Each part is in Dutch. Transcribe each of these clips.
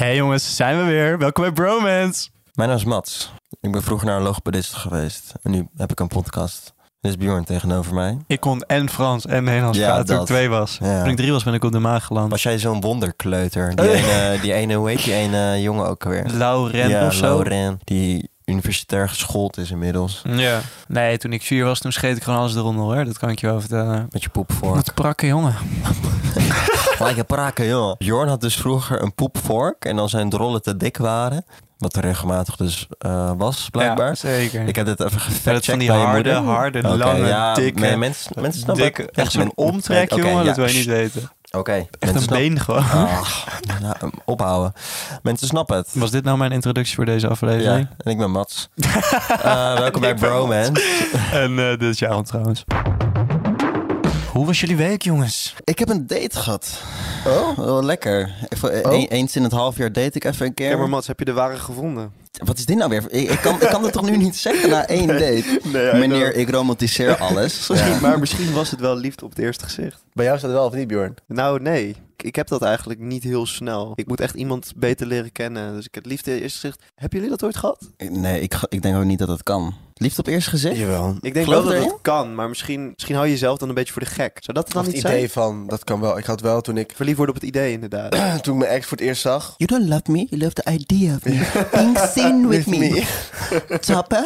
Hey jongens, zijn we weer. Welkom bij Bromance. Mijn naam is Mats. Ik ben vroeger naar een logopedist geweest. En nu heb ik een podcast. Dit is Bjorn tegenover mij. Ik kon en Frans en Nederlands praten toen ik 2 was. Ja. Toen ik 3 was ben ik op de maag geland. Was jij zo'n wonderkleuter? Die ene, hoe heet die ene jongen ook alweer? Lauren of zo. Lauren, die universitair geschoold is inmiddels. Ja. Nee, toen ik 4 was, toen scheet ik gewoon alles eronder hoor. Dat kan ik je wel vertellen. Met je poepvork. Wat prakken jongen. Like prakken, joh. Bjorn had dus vroeger een poepvork. En als zijn drollen te dik waren. Wat er regelmatig dus was, blijkbaar. Ja, zeker. Ik heb dit even dat van die harde, lange, dikke, mensen snappen dikke, echt zo'n omtrek, jongen. Ja. Dat wil je niet weten. Oké. Echt een been gewoon. Ophouden. Mensen snappen het. Was dit nou mijn introductie voor deze aflevering? Ja, en ik ben Mats. Welkom bij Bromance. En dit is Jaron trouwens. Hoe was jullie week, jongens? Ik heb een date gehad. Oh, wel lekker. Eens in het half jaar date ik even een keer. Ja, maar Mats, heb je de ware gevonden? Wat is dit nou weer? Ik kan het toch nu niet zeggen na 1 date? Nee, meneer, ik romantiseer alles. Maar misschien was het wel liefde op het eerste gezicht. Bij jou staat het wel of niet, Bjorn? Nou, nee. Ik heb dat eigenlijk niet heel snel. Ik moet echt iemand beter leren kennen. Dus ik heb liefde op het eerste gezicht. Hebben jullie dat ooit gehad? Nee, ik denk ook niet dat het kan. Liefde op eerste gezicht? Jawel. Ik denk Geloof wel dat erin? het kan, maar misschien hou je jezelf dan een beetje voor de gek. Zou dat het dan Het niet idee zijn? van, dat kan wel. Ik had wel toen ik Verliefd worden op het idee, inderdaad. toen ik mijn ex voor het eerst zag. You don't love me, you love the idea of me. Being seen with me. Topper?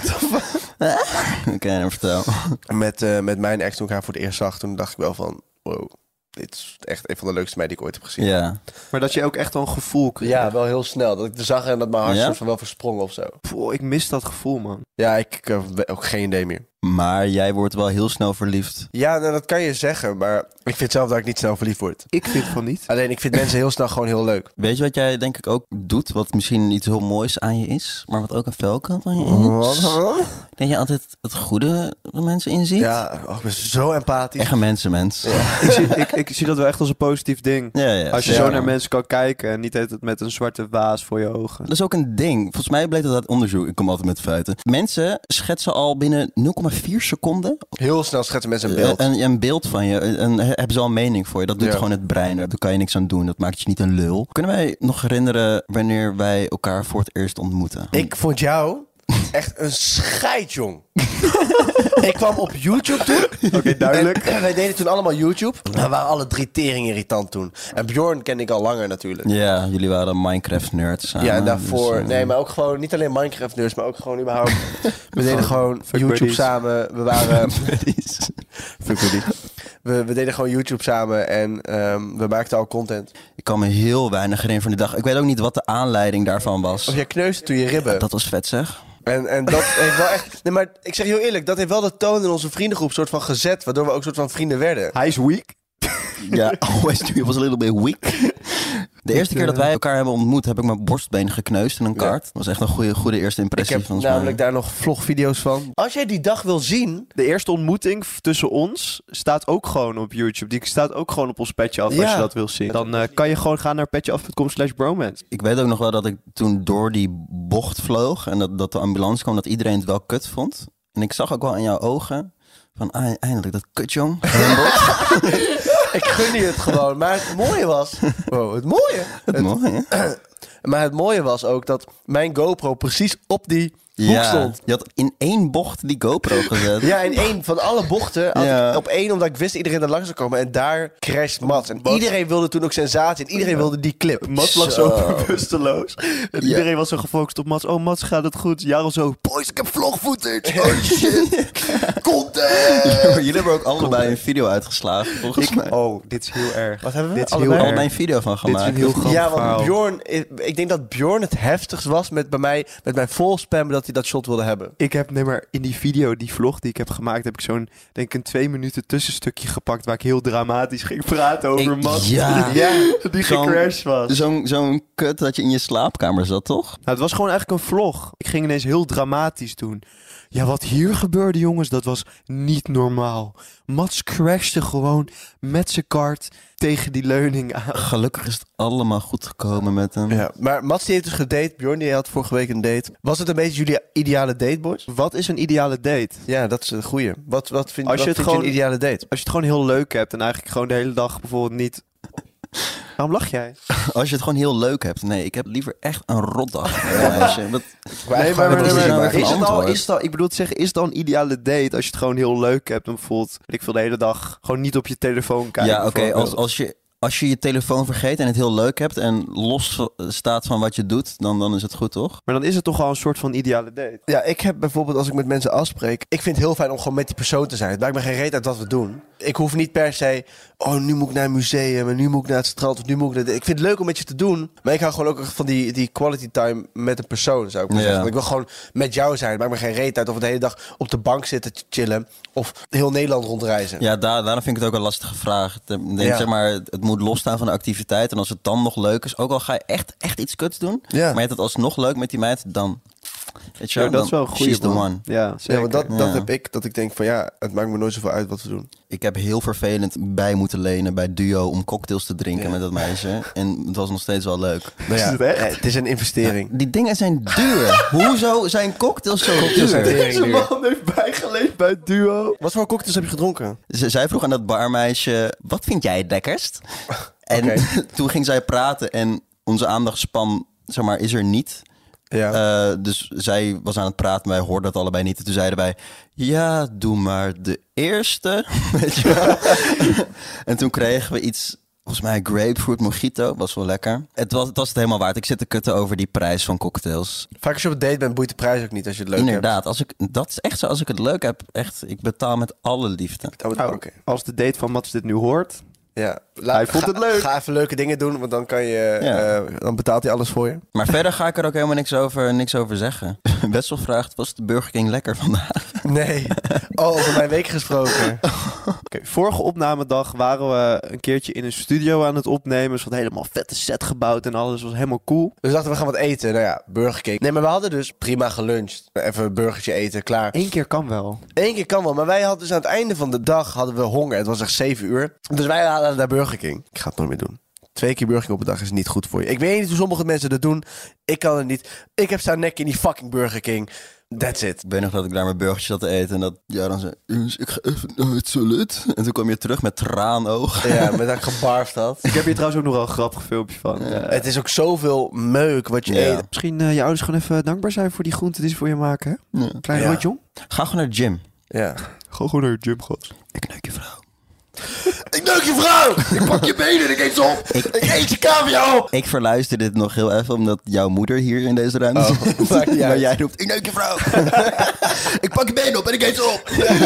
Oké, dan vertel. Met mijn ex toen ik haar voor het eerst zag, toen dacht ik wel van, wow, dit is echt een van de leukste meiden die ik ooit heb gezien. Ja. Maar dat je ook echt wel een gevoel kreeg. Ja, wel heel snel. Dat ik er zag en dat mijn hart Ja? soort van wel versprong of zo. Ik mis dat gevoel, man. Ja, ik heb ook geen idee meer. Maar jij wordt wel heel snel verliefd. Ja, nou, dat kan je zeggen, maar ik vind zelf dat ik niet snel verliefd word. Ik vind van niet. Alleen, ik vind mensen heel snel gewoon heel leuk. Weet je wat jij denk ik ook doet? Wat misschien iets heel moois aan je is, maar wat ook een vuilkant van je is? Dat je altijd het goede er mensen in ziet? Ja, ik ben zo empathisch. Echt een mensenmens. Ik zie dat wel echt als een positief ding. Ja. Als je Ja. zo naar mensen kan kijken en niet het met een zwarte waas voor je ogen. Dat is ook een ding. Volgens mij bleek dat uit onderzoek. Ik kom altijd met feiten. Mensen schetsen al binnen 0,4 seconden Heel snel schetsen mensen een beeld. een beeld van je. En hebben ze al een mening voor je. Dat doet Ja. gewoon het brein. Daar kan je niks aan doen. Dat maakt je niet een lul. Kunnen wij nog herinneren wanneer wij elkaar voor het eerst ontmoeten? Ik vond jou echt een scheidjong. Ik kwam op YouTube toen. Oké, duidelijk. En wij deden toen allemaal YouTube. We waren alle 3 tering irritant toen. En Bjorn kende ik al langer natuurlijk. Ja, jullie waren Minecraft-nerds samen. Ja, en daarvoor... Dus, nee, maar ook gewoon... Niet alleen Minecraft-nerds, maar ook gewoon überhaupt... We deden gewoon fuck YouTube buddies. samen. We waren... buddies. Fuck buddy. We deden gewoon YouTube samen en we maakten al content. Ik kan me heel weinig herinneren van die dag. Ik weet ook niet wat de aanleiding daarvan was. Of jij kneusde toen je ribben. Dat was vet, zeg. En dat heeft wel echt... Nee, maar ik zeg je heel eerlijk, dat heeft wel de toon in onze vriendengroep soort van gezet, waardoor we ook soort van vrienden werden. Hij is weak. Ja, always was a little bit weak. De eerste keer dat wij elkaar hebben ontmoet, heb ik mijn borstbeen gekneusd in een kart. Dat was echt een goede eerste Ik impressie heb van ons. namelijk daar nog vlogvideo's van. Als jij die dag wil zien... De eerste ontmoeting tussen ons staat ook gewoon op YouTube. Die staat ook gewoon op ons Petje Af als Ja. je dat wil zien. Dan kan je gewoon gaan naar petjeaf.com/bromance. Ik weet ook nog wel dat ik toen door die bocht vloog en dat de ambulance kwam, dat iedereen het wel kut vond. En ik zag ook wel in jouw ogen van eindelijk dat kutjong. Ik gun je het gewoon. Maar het mooie was... Wow, het mooie... Mooi, hè? Maar het mooie was ook dat mijn GoPro precies op die hoek Ja, stond. je had in 1 bocht die GoPro gezet. Ja, in 1 van alle bochten had Ja. ik op 1, omdat ik wist dat iedereen er langs zou komen. En daar crasht Mats. En iedereen wilde toen ook sensatie. En iedereen wilde die clip. Mats lag zo bewusteloos. En iedereen was zo gefocust op Mats. Oh, Mats, gaat het goed? Jaron zo... Boys, ik heb vlog footage. Oh shit. Content. Jullie hebben ook allebei een video uitgeslagen, volgens mij. Oh, dit is heel erg. Wat hebben we? Dit is heel Allebei? erg. Allebei een video van Dit is gemaakt. een heel grappig Ja, want verhaal. Bjorn... Ik denk dat Bjorn het heftigst was met mijn vol spammen dat hij dat shot wilde hebben. Ik heb in die video, die vlog die ik heb gemaakt, heb ik zo'n, denk ik, een 2 minuten tussenstukje gepakt waar ik heel dramatisch ging praten over Mats. Ja. Die Zo'n- gecrashed was. Zo'n kut dat je in je slaapkamer zat, toch? Nou, het was gewoon eigenlijk een vlog. Ik ging ineens heel dramatisch doen. Ja, wat hier gebeurde, jongens, dat was niet normaal. Mats crashte gewoon met zijn kart tegen die leuning aan. Gelukkig is het allemaal goed gekomen met hem. Ja, maar Mats die heeft dus gedate. Bjorn die had vorige week een date. Was het een beetje jullie ideale date, boys? Wat is een ideale date? Ja, dat is een goeie. Wat vind Als je het je gewoon- een ideale date? Als je het gewoon heel leuk hebt en eigenlijk gewoon de hele dag bijvoorbeeld niet... Waarom lach jij? Als je het gewoon heel leuk hebt. Nee, ik heb liever echt een rotdag. Meisje. Nee, ik bedoel te zeggen, is het dan een ideale date als je het gewoon heel leuk hebt en bijvoorbeeld, weet ik veel, de hele dag gewoon niet op je telefoon kijken? Ja, oké. Als je je telefoon vergeet en het heel leuk hebt en los staat van wat je doet, dan is het goed, toch? Maar dan is het toch al een soort van ideale date. Ja, ik heb bijvoorbeeld als ik met mensen afspreek... Ik vind het heel fijn om gewoon met die persoon te zijn. Het maakt me geen reet uit wat we doen. Ik hoef niet per se... Oh, nu moet ik naar een museum en nu moet ik naar het strand of nu moet ik naar... Ik vind het leuk om met je te doen. Maar ik hou gewoon ook echt van die quality time met een persoon, zou ik maar zeggen. Want ik wil gewoon met jou zijn. Het maakt me geen reet uit of we de hele dag op de bank zitten te chillen of heel Nederland rondreizen. Ja, daarom vind ik het ook een lastige vraag. Zeg maar, het moet losstaan van de activiteit. En als het dan nog leuk is, ook al ga je echt iets kuts doen, maar je hebt het alsnog leuk met die meid, dan... Weet je, Ja, dat is wel een goede she's the one. Ja, zeker. Ja, want dat heb ik, dat ik denk van ja, het maakt me nooit zoveel uit wat we doen. Ik heb heel vervelend bij moeten lenen bij Duo om cocktails te drinken met dat meisje. En het was nog steeds wel leuk. Nou ja, Is het echt? het is een investering. Die dingen zijn duur. Hoezo zijn cocktails zo duur? Deze man heeft bijgeleefd bij het Duo. Wat voor cocktails heb je gedronken? Zij vroeg aan dat barmeisje, wat vind jij het lekkerst? En toen ging zij praten en onze aandachtspan, zeg maar, is er niet. Ja. Dus zij was aan het praten, wij hoorden dat allebei niet. En toen zeiden wij, ja, doe maar de eerste. Weet je wel? En toen kregen we iets, volgens mij grapefruit mojito, was wel lekker. Het was het helemaal waard. Ik zit te kutten over die prijs van cocktails. Vaak als je op een date bent, boeit de prijs ook niet als je het leuk Inderdaad, dat is echt zo. Als ik het leuk heb, echt, ik betaal met alle liefde. hebt. Nou, Oké. als de date van Mats dit nu hoort, Ja. Hij vond het leuk. Ga even leuke dingen doen, want dan kan je, dan betaalt hij alles voor je. Maar verder ga ik er ook helemaal niks over zeggen. Wessel vraagt, was de Burger King lekker vandaag? Nee. Oh, over mijn week gesproken. Oké, vorige opnamedag waren we een keertje in een studio aan het opnemen. Ze hadden helemaal vette set gebouwd en alles was helemaal cool. Dus dachten we gaan wat eten. Nou ja, Burger King. Nee, maar we hadden dus prima geluncht. Even een burgertje eten, klaar. Eén keer kan wel. Eén keer kan wel, maar wij hadden dus aan het einde van de dag hadden we honger. Het was echt 7 uur. Dus wij hadden naar Burger King. Ik ga het nooit meer doen. 2 keer Burger King op een dag is niet goed voor je. Ik weet niet hoe sommige mensen dat doen. Ik kan het niet. Ik heb staan nek in die fucking Burger King. That's it. Ik weet nog dat ik daar mijn burgertje zat te eten en dat dan zei, jongens, ik ga even naar het toilet. En toen kwam je terug met traanogen. Ja, met dat ik gebarfd had. Ik heb hier trouwens ook nog wel een grappig filmpje van. Het is ook zoveel meuk wat je eet. Misschien je ouders gewoon even dankbaar zijn voor die groenten die ze voor je maken. Hè? Ja. Klein Ja. rondje om. Ga gewoon naar de gym. Ja. Gewoon naar de gym, gast. Ik neuk je vrouw. Ik neuk je vrouw! Ik pak je benen en ik eet ze op! Ik eet je kaviaar op! Ik verluister dit nog heel even, omdat jouw moeder hier in deze ruimte zit. maakt niet Maar uit. jij roept, ik neuk je vrouw. Ik pak je benen op en ik eet ze op.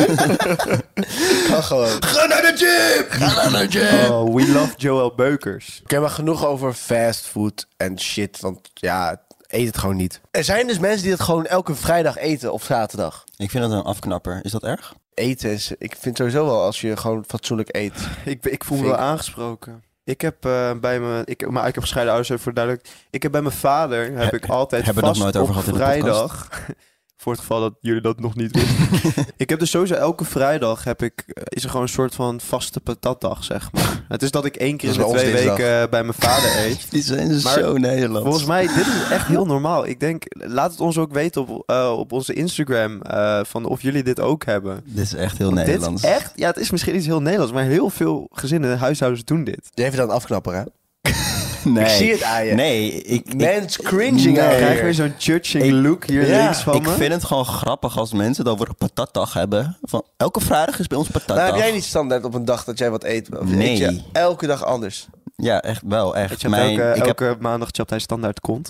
Kan gewoon. Ga naar de gym! Ga naar de gym! Oh, we love Joël Beukers. Ik heb maar genoeg over fastfood en shit. Want ja, eet het gewoon niet. Er zijn dus mensen die het gewoon elke vrijdag eten of zaterdag. Ik vind dat een afknapper. Is dat erg? Eten is... Ik vind sowieso wel als je gewoon fatsoenlijk eet. Ik voel me wel aangesproken. Ik heb bij mijn... Ik heb gescheiden ouders, even voor duidelijk. Ik heb bij mijn vader, heb ik altijd hebben we vast het nog nooit over op gehad in de vrijdag... Voor het geval dat jullie dat nog niet wisten. Ik heb dus sowieso elke vrijdag is er gewoon een soort van vaste patatdag, zeg maar. Het is dat ik 1 keer in Dat de is 2 bij ons weken bij mijn vader eet. Die zijn Maar zo Nederlands. Volgens mij, dit is echt heel normaal. Ik denk, laat het ons ook weten op onze Instagram van of jullie dit ook hebben. Dit is echt heel Want Nederlands. Dit is echt, ja, het is misschien iets heel Nederlands, maar heel veel gezinnen en huishoudens doen dit. Jij vindt dat een afknapper, hè? Nee. Ik zie het aan je. Nee, Mens cringing Nee. out Krijg here. weer zo'n judging look hier Ja, links van ik me. vind het gewoon grappig als mensen het over een patatdag hebben. Van, elke vrijdag is bij ons patatdag. Nou, heb jij niet standaard op een dag dat jij wat eet? Of Nee. eet je elke dag anders? Ja, echt wel. Echt. Je hebt elke maandag chapt hij standaard kont.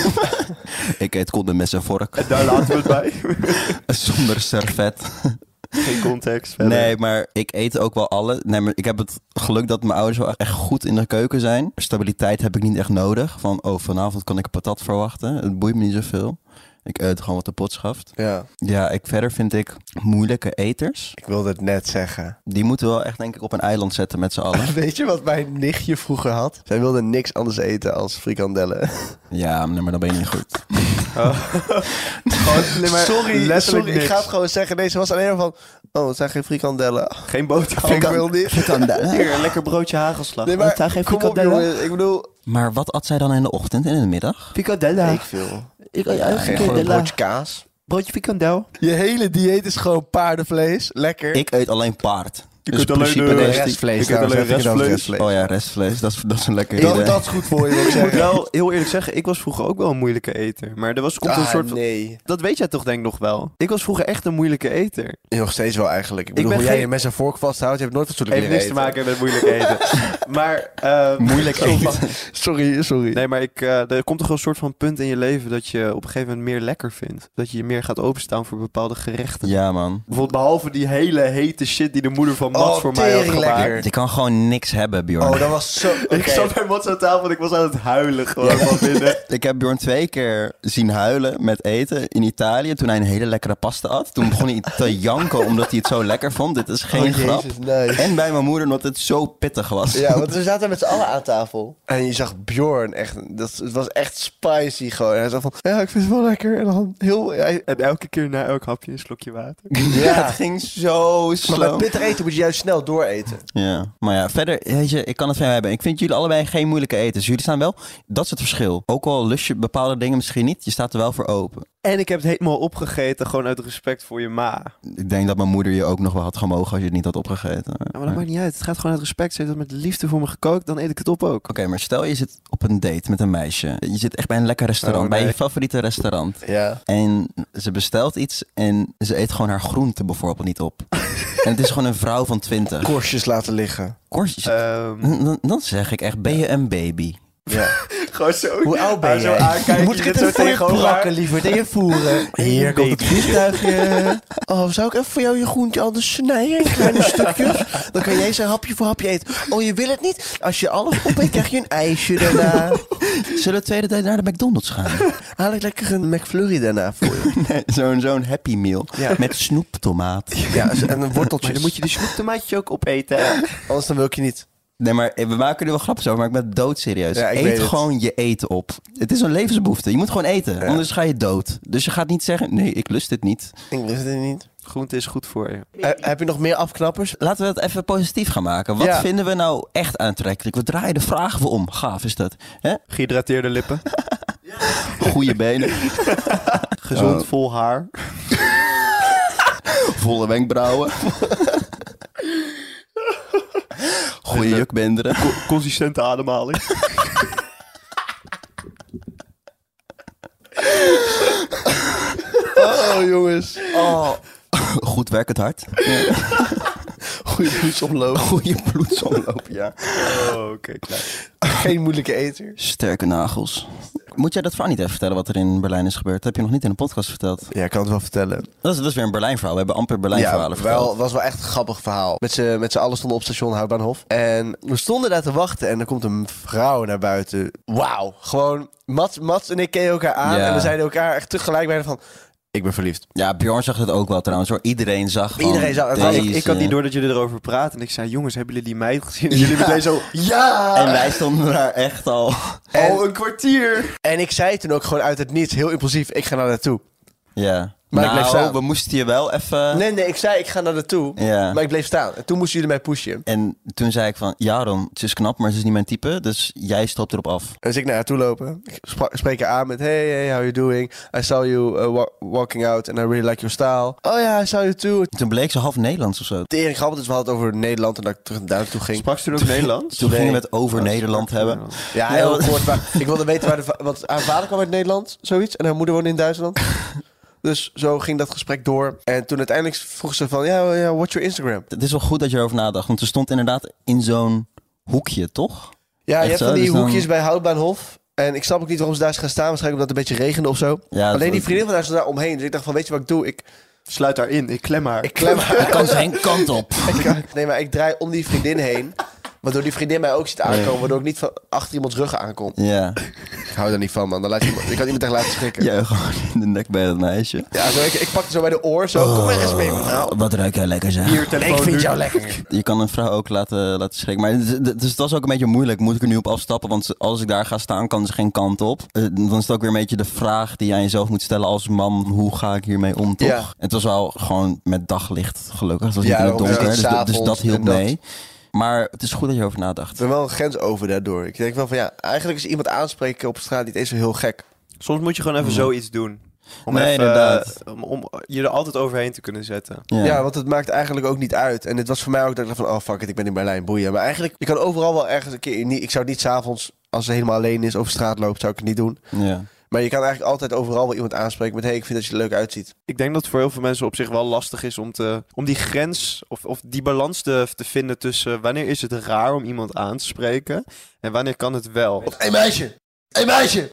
Ik eet kont met mes en vork. En daar laten we het bij. Zonder servet. Geen context verder. Nee, maar ik eet ook wel alle. Nee, maar ik heb het geluk dat mijn ouders wel echt goed in de keuken zijn. Stabiliteit heb ik niet echt nodig. Van, vanavond kan ik een patat verwachten. Het boeit me niet zoveel. Ik eet gewoon wat de pot schaft. Ja. Ja, verder vind ik moeilijke eters. Ik wilde het net zeggen. Die moeten we wel echt, denk ik, op een eiland zetten met z'n allen. Weet je wat mijn nichtje vroeger had? Zij wilde niks anders eten als frikandellen. Ja, maar dan ben je niet goed. Sorry, ik ga het gewoon zeggen. Nee, ze was alleen maar van... Oh, het zijn geen frikandellen. Geen boterham. Ik wil niet. Hier, een lekker broodje hagelslag. Nee, Oh, het maar zijn geen kom op, frikandellen. jongen. Ik bedoel... Maar wat at zij dan in de ochtend en in de middag? Frikandella. Ik veel. Ik Gewoon een broodje kaas. Broodje frikandel. Je hele dieet is gewoon paardenvlees. Lekker. Ik eet alleen paard. Je Dus kunt alleen principe de deze- Restvlees. Je kunt trouwens, alleen heb ik het over restvlees. Oh ja, restvlees. Dat is een lekker idee. Dat is goed voor je, wil ik Ik moet zeggen. wel heel eerlijk zeggen, ik was vroeger ook wel een moeilijke eter. Maar er komt een soort van... nee. Dat weet jij toch denk ik nog wel. Ik was vroeger echt een moeilijke eter. Nog steeds wel eigenlijk. Ik bedoel, ben hoe jij geen- je mes en vork vasthoudt, je hebt nooit fatsoenlijk Heeft niks te maken met moeilijk eten. Maar... Moeilijk eten. Sorry. Nee, maar er komt toch wel een soort van punt in je leven dat je op een gegeven moment meer lekker vindt. Dat je meer gaat openstaan voor bepaalde gerechten. Ja, man. Bijvoorbeeld behalve die hele hete shit die de moeder van Mats voor mij had tering gemaakt. lekker. Je kan gewoon niks hebben, Bjorn. Oh, dat was zo... Ik Oké. zat bij Mats aan tafel en ik was aan het huilen gewoon van binnen. Ik heb Bjorn 2 keer zien huilen met eten in Italië. Toen hij een hele lekkere pasta at. Toen begon hij te janken omdat hij het zo lekker vond. Dit is geen Oh, grap. Jezus, nee. En bij mijn moeder omdat het zo pittig was. Ja, want we zaten met z'n allen aan tafel. En je zag Bjorn echt... Het was echt spicy gewoon. En hij zei van... Ja, ik vind het wel lekker. En dan heel... En elke keer na elk hapje een slokje water. Ja. Het ging zo Maar slow. bij pittig eten moet je juist snel dooreten. Ja, maar ja, verder, weet je, ik kan het van jou hebben. Ik vind jullie allebei geen moeilijke eters. Jullie staan wel, dat is het verschil. Ook al lust je bepaalde dingen misschien niet, je staat er wel voor open. En ik heb het helemaal opgegeten gewoon uit respect voor je ma. Ik denk dat mijn moeder je ook nog wel had gemogen als je het niet had opgegeten. Ja, maar dat maakt niet uit. Het gaat gewoon uit respect. Ze heeft dat met liefde voor me gekookt, dan eet ik het op ook. Oké, maar stel je zit op een date met een meisje. Je zit echt bij een lekker restaurant, Oh, bij nee. je favoriete restaurant. Ja. En ze bestelt iets en ze eet gewoon haar groente bijvoorbeeld niet op. En het is gewoon een vrouw van 20. Korstjes laten liggen. Korstjes. Dan zeg ik echt, ben je een baby? Ja. Gewoon zo. Hoe oud ben haar zo jij? aankijken, Moet ik je het zit even voor je tegenover haar. plakken, liever, en je voeren? Hier komt het vliegtuigje. Oh, zou ik even voor jou je groentje anders snijden in kleine stukjes? Dan kan jij ze hapje voor hapje eten. Oh, je wil het niet? Als je alles opeet, krijg je een ijsje daarna. Zullen we tweede date naar de McDonald's gaan? Haal ik lekker een McFlurry daarna voor je. Nee, zo'n Happy Meal. Ja. Met snoeptomaat. Ja, en een worteltjes. Maar dan moet je die snoeptomaatje ook opeten. Hè? Anders dan wil ik je niet. Nee, maar we maken er wel grapjes over, maar ik ben doodserieus. Ja, ik weet Eet het. gewoon je eten op. Het is een levensbehoefte. Je moet gewoon eten, Ja. anders ga je dood. Dus je gaat niet zeggen, nee, ik lust dit niet. Ik wist het niet. Groente is goed voor je. Heb je nog meer afknappers? Laten we het even positief gaan maken. Wat Ja. vinden we nou echt aantrekkelijk? We draaien de vragen voor om. Gaaf is dat. Hè? Gehydrateerde lippen. Goede benen, Gezond, vol haar. volle wenkbrauwen. Goede jukbeenderen. Consistente ademhaling. Oh, jongens. Oh. Goed werkend hart. Goeie bloedsomloop. Goede bloedsomloop, ja. Oh, oké, klaar. Geen moeilijke eter. Sterke nagels. Moet jij dat verhaal niet even vertellen wat er in Berlijn is gebeurd? Dat heb je nog niet in een podcast verteld. Ja, ik kan het wel vertellen. Dat is weer een Berlijn verhaal. We hebben amper Berlijn verhalen Ja, verteld. was wel echt een grappig verhaal. Met z'n allen stonden op station Houtbaanhof. En we stonden daar te wachten en er komt een vrouw naar buiten. Wauw. Gewoon, Mats en ik keken elkaar aan Ja. en we zeiden elkaar echt tegelijk bijna van... Ik ben verliefd. Ja, Bjorn zag het ook wel trouwens hoor. Iedereen zag van Iedereen zag het. deze... Ik had niet door dat jullie erover praten. En ik zei, jongens, hebben jullie die meid gezien? En jullie meteen zo, Ja! En wij stonden daar echt al... En- oh, een kwartier. En ik zei toen ook gewoon uit het niets, heel impulsief, ik ga naar naartoe. Ja. Maar ik bleef staan. we moesten je wel even... Nee, ik zei ik ga naar naartoe. Ja. Maar ik bleef staan. En toen moesten jullie mij pushen. En toen zei ik van, ja dan, het is knap, maar ze is niet mijn type. Dus jij stopt erop af. Dus ik naar haar toe lopen. Ik spreek haar aan met... Hey, how you doing? I saw you walking out and I really like your style. Oh ja, I saw you too. Toen bleek ze half Nederlands of zo. Tering grappig, dus we hadden het over Nederland en dat ik terug daar naartoe ging. Sprak ze toen ook Nederlands? Toen Nee. gingen we het over Nederland hebben. Ja, heel kort. Maar ik wilde weten waar want haar vader kwam uit Nederland, zoiets. En haar moeder woonde in Duitsland. Dus zo ging dat gesprek door. En toen uiteindelijk vroeg ze van... Ja, what's your Instagram? Het is wel goed dat je erover nadacht. Want ze stond inderdaad in zo'n hoekje, toch? Ja, Echt je hebt zo? van die Dus dan- hoekjes bij Houtbaanhof. En ik snap ook niet waarom ze daar is gaan staan. Waarschijnlijk omdat het een beetje regende of zo. Ja, Alleen die dat- vriendin van haar stond daar omheen. Dus ik dacht van, weet je wat ik doe? Ik Sluit haar in, ik klem haar. klem haar. Het kan zijn kant op. Nee, maar ik draai om die vriendin heen. Waardoor die vriendin mij ook ziet aankomen. Waardoor ik niet van achter iemands ruggen aankom. Ja. Ik hou daar niet van, man. Dan laat je, ik kan iemand echt laten schrikken. Jij gewoon in de nek bij dat meisje. Ja, zo, ik pakte zo bij de oor. Zo, kom maar eens mee, mevrouw. Wat ruik jij lekker zeg. Hier, telefoon Ik vind nu. jou lekker. Je kan een vrouw ook laten schrikken. Maar dus het was ook een beetje moeilijk. Moet ik er nu op afstappen? Want als ik daar ga staan, kan ze geen kant op. Dan is het ook weer een beetje de vraag die je aan jezelf moet stellen als man. Hoe ga ik hiermee om, toch? Ja. Het was wel gewoon met daglicht, gelukkig. Het was Ja, niet in het daarom, donker. ja, Dus dat hielp en dat. mee. Maar het is goed dat je erover nadacht. Ik ben wel een grens over daardoor. Ik denk wel van ja, eigenlijk is iemand aanspreken op straat niet eens zo heel gek. Soms moet je gewoon even zoiets doen. Om Nee, even, inderdaad. om je er altijd overheen te kunnen zetten. Ja, want het maakt eigenlijk ook niet uit. En het was voor mij ook dat ik dacht van, oh fuck it, ik ben in Berlijn, boeien. Maar eigenlijk, je kan overal wel ergens een keer... Ik zou niet 's avonds, als ze helemaal alleen is, over straat loopt, zou ik het niet doen. Ja. Maar je kan eigenlijk altijd overal wel iemand aanspreken met... hey, ik vind dat je er leuk uitziet. Ik denk dat het voor heel veel mensen op zich wel lastig is om die grens of die balans te vinden tussen wanneer is het raar om iemand aan te spreken en wanneer kan het wel. Hé meisje! Hé meisje!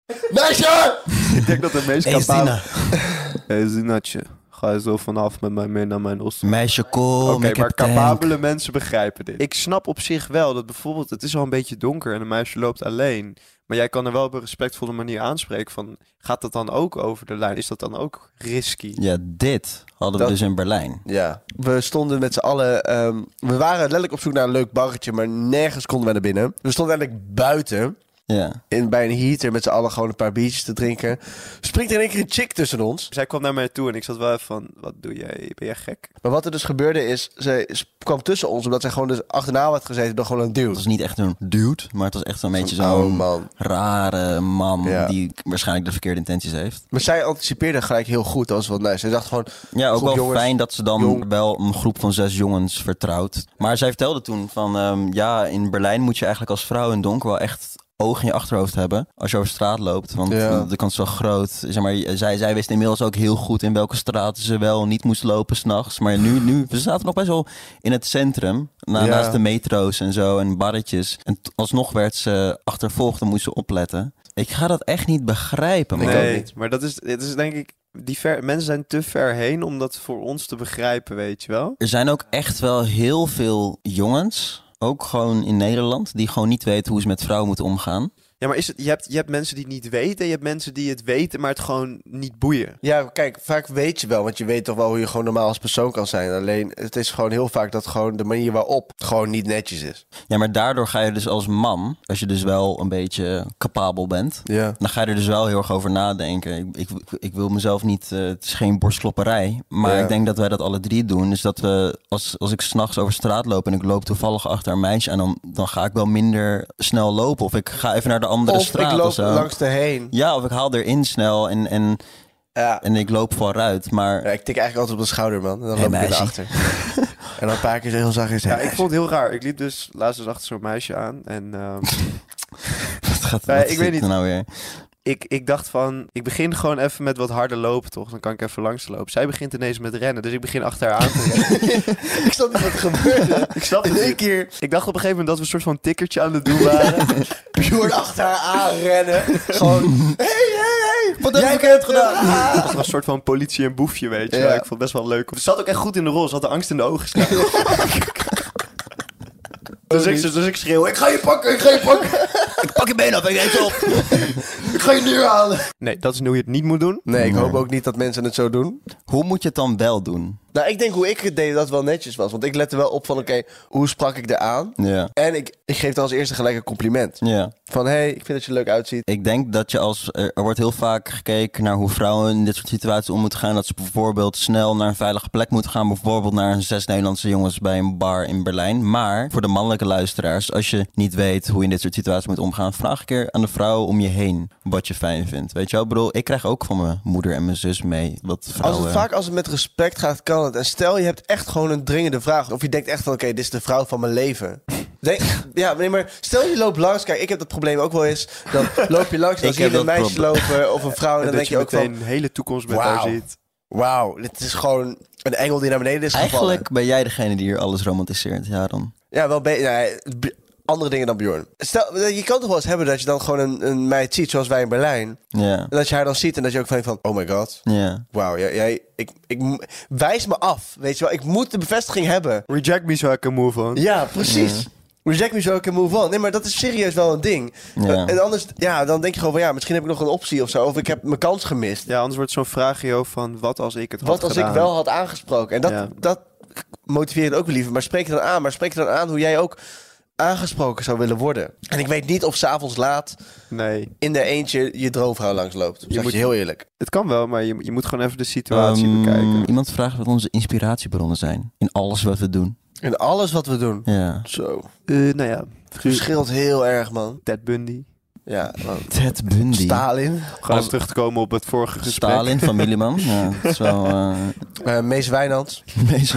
Meisje! Ik denk dat de meest Hey, capabele... Stina. Hey, Zinatje, ga je zo vanaf met mij mee naar mijn oster? Meisje, kom. Oké, ik maar heb tank. capabele mensen begrijpen dit. Ik snap op zich wel dat bijvoorbeeld, het is al een beetje donker en een meisje loopt alleen. Maar jij kan er wel op een respectvolle manier aanspreken van, gaat dat dan ook over de lijn? Is dat dan ook risky? Ja, dit hadden we Dat- dus in Berlijn. Ja. We stonden met z'n allen... we waren letterlijk op zoek naar een leuk barretje, maar nergens konden we naar binnen. We stonden eigenlijk buiten... Ja. bij een heater met z'n allen gewoon een paar biertjes te drinken. Springt er in één keer een chick tussen ons. Zij kwam naar mij toe en ik zat wel even van, wat doe jij? Ben jij gek? Maar wat er dus gebeurde is, zij kwam tussen ons omdat zij gewoon dus achterna had gezeten door gewoon een Het dude. was niet echt een dude, maar het was echt een beetje Oh zo'n man. rare man Ja. die waarschijnlijk de verkeerde intenties heeft. Maar zij anticipeerde gelijk heel goed. Dat was wel nice. Zij dacht gewoon, Ja, ook groep wel jongens, fijn dat ze dan jong. wel een groep van 6 jongens vertrouwt. Maar zij vertelde toen van, ja, in Berlijn moet je eigenlijk als vrouw in donker wel echt oog in je achterhoofd hebben als je over straat loopt. Want Ja. de kans is wel groot. Zeg maar, zij wist inmiddels ook heel goed in welke straten ze wel en niet moest lopen s'nachts. Maar nu, we zaten nog best wel in het centrum. Ja. Naast de metro's en zo en barretjes. En alsnog werd ze achtervolgd en moest ze opletten. Ik ga dat echt niet begrijpen, man. Ik ook Nee, niet. maar het is denk ik, mensen zijn te ver heen om dat voor ons te begrijpen, weet je wel? Er zijn ook echt wel heel veel jongens, ook gewoon in Nederland, die gewoon niet weten hoe ze met vrouwen moeten omgaan. Ja, maar je hebt mensen die het niet weten en je hebt mensen die het weten, maar het gewoon niet boeien. ja kijk, vaak weet je wel. Want je weet toch wel hoe je gewoon normaal als persoon kan zijn. Alleen, het is gewoon heel vaak dat gewoon de manier waarop het gewoon niet netjes is. Ja, maar daardoor ga je dus als man, als je dus wel een beetje capabel bent, Ja. dan ga je er dus wel heel erg over nadenken. Ik wil mezelf niet, het is geen borstklopperij, maar Ja. ik denk dat wij dat alle drie doen. Dus dat we, als ik 's nachts over straat loop en ik loop toevallig achter een meisje aan, dan ga ik wel minder snel lopen. Of ik ga even naar de andere Of straat ik loop of zo. langs de heen. Ja, of ik haal erin snel Ja. en ik loop vooruit. Maar Ja, ik tik eigenlijk altijd op de schouder, man. En dan Hey, loop ik weer naar meisje. achter. En dan een paar keer zo heel zachtjes. Ja, ik vond het heel raar. Ik liep dus laatst dus achter zo'n meisje aan en wat Nee, is ik weet dit niet. nou weer? ik dacht van, ik begin gewoon even met wat harder lopen, toch? Dan kan ik even langs lopen. Zij begint ineens met rennen, dus ik begin achter haar aan te rennen. Ik snap niet wat er gebeurde. Ik snap In het één niet. keer Ik dacht op een gegeven moment dat we een soort van tikkertje aan het doen waren. puur achter haar aanrennen. Gewoon, hey. Wat heb Jij ik bent Het was een soort van politie en boefje, weet je Ja. wel. Ik vond het best wel leuk. Ze zat ook echt goed in de rol. Ze had de angst in de ogen staan. dus ik schreeuw, ik ga je pakken, ik ga je pakken. Ik pak je been af, ik eet op. Ik ga je neerhalen. Nee, dat is hoe je het niet moet doen. Nee, ik Nee. hoop ook niet dat mensen het zo doen. Hoe moet je het dan wel doen? Nou, ik denk hoe ik het deed dat het wel netjes was. Want ik lette wel op van, oké, hoe sprak ik er aan? Ja. En ik geef dan als eerste gelijk een compliment. Ja. Van, hey, ik vind dat je er leuk uitziet. Ik denk dat je er wordt heel vaak gekeken naar hoe vrouwen in dit soort situaties om moeten gaan. Dat ze bijvoorbeeld snel naar een veilige plek moeten gaan. Bijvoorbeeld naar 6 Nederlandse jongens bij een bar in Berlijn. Maar voor de mannelijke luisteraars, als je niet weet hoe je in dit soort situaties moet omgaan, vraag een keer aan de vrouwen om je heen wat je fijn vindt. Weet je wel, ik bedoel, ik krijg ook van mijn moeder en mijn zus mee wat vrouwen... Als het met respect gaat, kan het. En stel, je hebt echt gewoon een dringende vraag. Of je denkt echt van, oké, dit is de vrouw van mijn leven. Ja, nee, maar stel je loopt langs. Kijk, ik heb dat probleem ook wel eens. Dan loop je langs en dan Ik zie je heb een dat meisje lopen of een vrouw. En dan dat denk je ook meteen van, een hele toekomst met haar wauw. ziet. wauw, dit is gewoon een engel die naar beneden is gevallen. Eigenlijk ben jij degene die hier alles romantiseert, ja dan. Ja, wel andere dingen dan Bjorn. Stel, je kan toch wel eens hebben dat je dan gewoon een meid ziet, zoals wij in Berlijn. Ja, En dat je haar dan ziet en dat je ook van, oh my god. ja. Wauw, wijs me af, weet je wel. Ik moet de bevestiging hebben. Reject me so I can move on. Ja, precies. Reject me so I can move on. Nee, maar dat is serieus wel een ding. Ja. En anders, ja, dan denk je gewoon van, ja, misschien heb ik nog een optie of zo. Of ik heb mijn kans gemist. Ja, anders wordt zo'n vraagje van wat als ik het had Wat als gedaan? ik wel had aangesproken? En Ja. dat motiveert ook weer liever. Maar spreek je dan aan. Maar spreek je dan aan hoe jij ook aangesproken zou willen worden. En ik weet niet of 's avonds laat Nee, in de eentje je droomvrouw langsloopt. Zeg je moet- heel eerlijk. het kan wel, maar je moet gewoon even de situatie bekijken. Iemand vraagt wat onze inspiratiebronnen zijn. In alles wat we doen. En alles wat we doen. Ja. Zo. Nou ja, Verschilt heel erg, man. Ted Bundy. Ja, Ted Bundy. Stalin. Gewoon even terug te komen op het vorige gesprek. Stalin, familieman. Ja, dat is wel... Mees Wijnands. Mees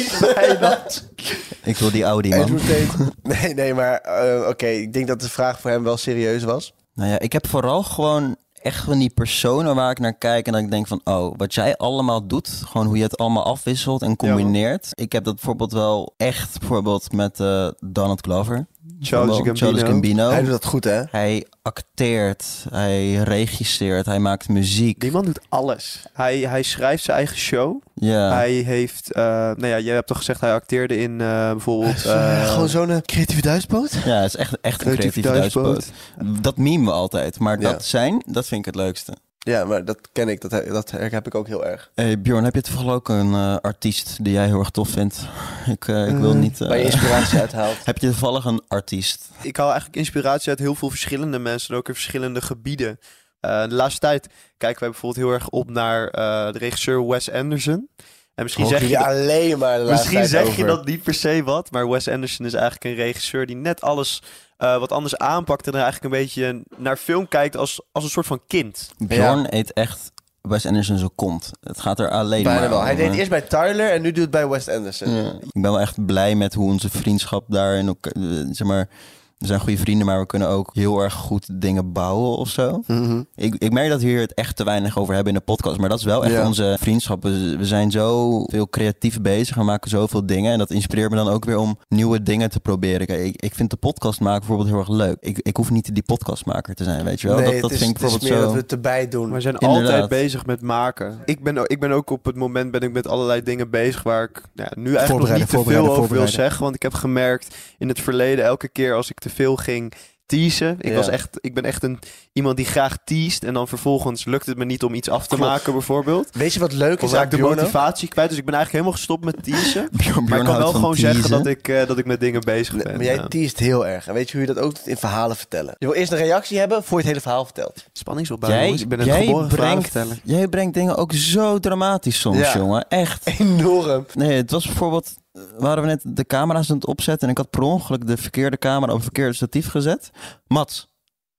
Wijnands. Ik wil die Audi, man. Andrew Tate. Nee, maar oké. Ik denk dat de vraag voor hem wel serieus was. Nou ja, ik heb vooral gewoon echt van die personen waar ik naar kijk en dat ik denk van, oh, wat jij allemaal doet, gewoon hoe je het allemaal afwisselt en combineert. Ik heb dat bijvoorbeeld wel echt bijvoorbeeld met Donald Glover. Charles Gambino. Hij doet dat goed, hè? Hij acteert, hij regisseert, hij maakt muziek. Die man doet alles. Hij schrijft zijn eigen show. Ja. Hij heeft, nou ja, jij hebt toch gezegd hij acteerde in bijvoorbeeld... Gewoon zo'n creativiteitspoot? Ja, het is echt een creatieve duispoot. Dat memen we altijd, maar Ja. dat vind ik het leukste. Ja, maar dat ken ik. Dat heb ik ook heel erg. Hey Bjorn, heb je toevallig ook een artiest die jij heel erg tof vindt? Ik wil niet... Waar je inspiratie uithaalt. Heb je toevallig een artiest? Ik haal eigenlijk inspiratie uit heel veel verschillende mensen, en ook in verschillende gebieden. De laatste tijd kijken wij bijvoorbeeld heel erg op naar de regisseur Wes Anderson. En misschien zeg je alleen maar de laatste misschien tijd zeg over. je dat niet per se wat, maar Wes Anderson is eigenlijk een regisseur die net alles wat anders aanpakt en er eigenlijk een beetje naar film kijkt als een soort van kind. Bjorn eet echt Wes Anderson zijn kont. Het gaat er alleen Bijna maar wel. Hij over. deed eerst bij Tyler en nu doet het bij Wes Anderson. Ja. Ik ben wel echt blij met hoe onze vriendschap daarin ook, zeg maar, we zijn goede vrienden, maar we kunnen ook heel erg goed dingen bouwen of zo. Mm-hmm. Ik merk dat we hier het echt te weinig over hebben in de podcast. Maar dat is wel echt Ja. onze vriendschap. We zijn zo veel creatief bezig. We maken zoveel dingen. En dat inspireert me dan ook weer om nieuwe dingen te proberen. Kijk, ik vind de podcast maken bijvoorbeeld heel erg leuk. Ik hoef niet die podcastmaker te zijn, weet je wel. Nee, dat het vind ik is bijvoorbeeld meer zo... dat we het erbij doen. We zijn Inderdaad. altijd bezig met maken. Ik ben ook op het moment ben ik met allerlei dingen bezig waar ik nu eigenlijk nog niet te veel over wil zeggen. Want ik heb gemerkt in het verleden elke keer als ik te veel ging teasen. Ik ben echt iemand die graag teast en dan vervolgens lukt het me niet om iets af te maken bijvoorbeeld. Weet je wat leuk Of is raak aan ik de Bjorn ook? motivatie kwijt. Dus ik ben eigenlijk helemaal gestopt met teasen. Bjorn Maar ik kan houdt wel van gewoon zeggen teasen. dat ik met dingen bezig ben. Maar jij teast heel erg. En weet je hoe je dat ook doet? In verhalen vertellen. Je wil eerst een reactie hebben voor je het hele verhaal vertelt. Spanningsopbouw, jongens. Ik ben een geboren verhalenverteller. Jij brengt dingen ook zo dramatisch soms, Ja. jongen. Echt. Enorm. Nee, het was bijvoorbeeld... Waren we net de camera's aan het opzetten en ik had per ongeluk de verkeerde camera op het verkeerde statief gezet. Mats.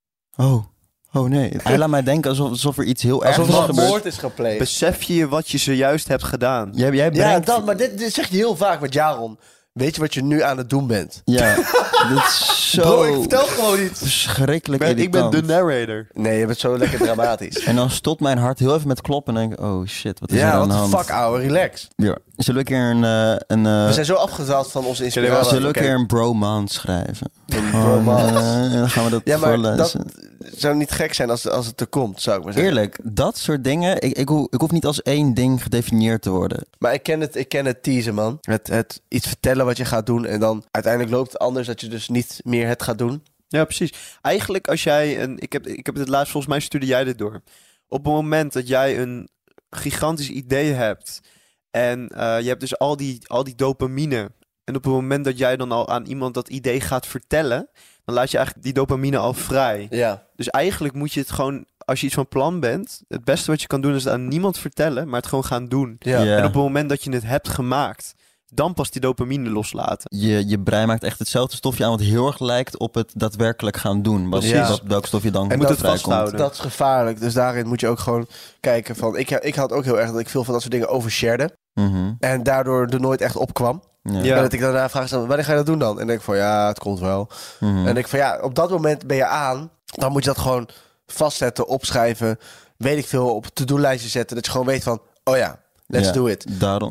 Oh nee. Hij laat mij denken alsof er iets heel ergs Alsof is er een gebeurd. moord is gepleegd. Besef je wat je zojuist hebt gedaan? Jij Ja, brengt... dat, maar dit zeg je heel vaak met Jaron. Weet je wat je nu aan het doen bent? Ja, dat is zo Bro, ik vertel gewoon iets. verschrikkelijk Ik ben irritant. de narrator. Nee, je bent zo lekker dramatisch. En dan stopt mijn hart heel even met kloppen en denk ik, oh shit, wat is er Ja, aan what de the hand? fuck, ouwe, relax. Ja. Zullen we een keer We zijn zo afgedwaald van onze inspiratie. zullen we een Oké. keer een bromance schrijven? bromance. Dan gaan we dat Ja, maar voorlezen. dat zou niet gek zijn als het er komt, zou ik maar zeggen. Eerlijk, dat soort dingen, ik hoef niet als één ding gedefinieerd te worden. Maar ik ken het teasen, man. Het iets vertellen wat je gaat doen en dan uiteindelijk loopt het anders dat je dus niet meer het gaat doen. Ja, precies. Eigenlijk als jij... Ik heb het laatst, volgens mij stuurde jij dit door. Op het moment dat jij een gigantisch idee hebt en je hebt dus al die dopamine. En op het moment dat jij dan al aan iemand dat idee gaat vertellen, dan laat je eigenlijk die dopamine al vrij. Ja. Dus eigenlijk moet je het gewoon, als je iets van plan bent, het beste wat je kan doen is het aan niemand vertellen, maar het gewoon gaan doen. Ja. Ja. En op het moment dat je het hebt gemaakt, dan pas die dopamine loslaten. Je brein maakt echt hetzelfde stofje aan wat heel erg lijkt op het daadwerkelijk gaan doen. Precies. Welk stofje dan En moet het vrijkomt. vasthouden. Dat is gevaarlijk. Dus daarin moet je ook gewoon kijken van... Ik had ook heel erg dat ik veel van dat soort dingen oversharede. Mhm. En daardoor er nooit echt opkwam. Ja. Ja. En dat ik daarna vraag, wanneer ga je dat doen dan? En dan denk ik van, ja, het komt wel. Mhm. En dan denk ik van, ja, op dat moment ben je aan. Dan moet je dat gewoon vastzetten, opschrijven. Weet ik veel, op to-do-lijstje zetten. Dat je gewoon weet van, oh ja, let's Ja, do it.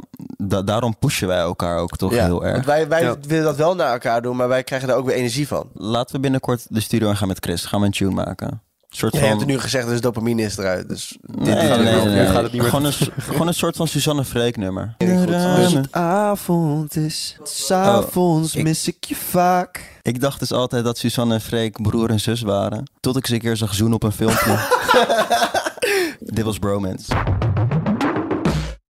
Daarom pushen wij elkaar ook toch heel erg. Want wij Ja. willen dat wel naar elkaar doen, maar wij krijgen daar ook weer energie van. Laten we binnenkort de studio in gaan met Chris. Gaan we een tune maken. Een soort Ja, van... je hebt er nu gezegd, dus dopamine is eruit. Dus Nee, gaat het nee, niet- nee. gaat het niet meer- Gewoon een soort van Suzanne Freek nummer. Als het avond is, 's avonds ik- mis ik je vaak. Ik dacht dus altijd dat Suzanne en Freek broer en zus waren. Tot ik ze een keer zag zoenen op een filmpje. Dit was Bromance.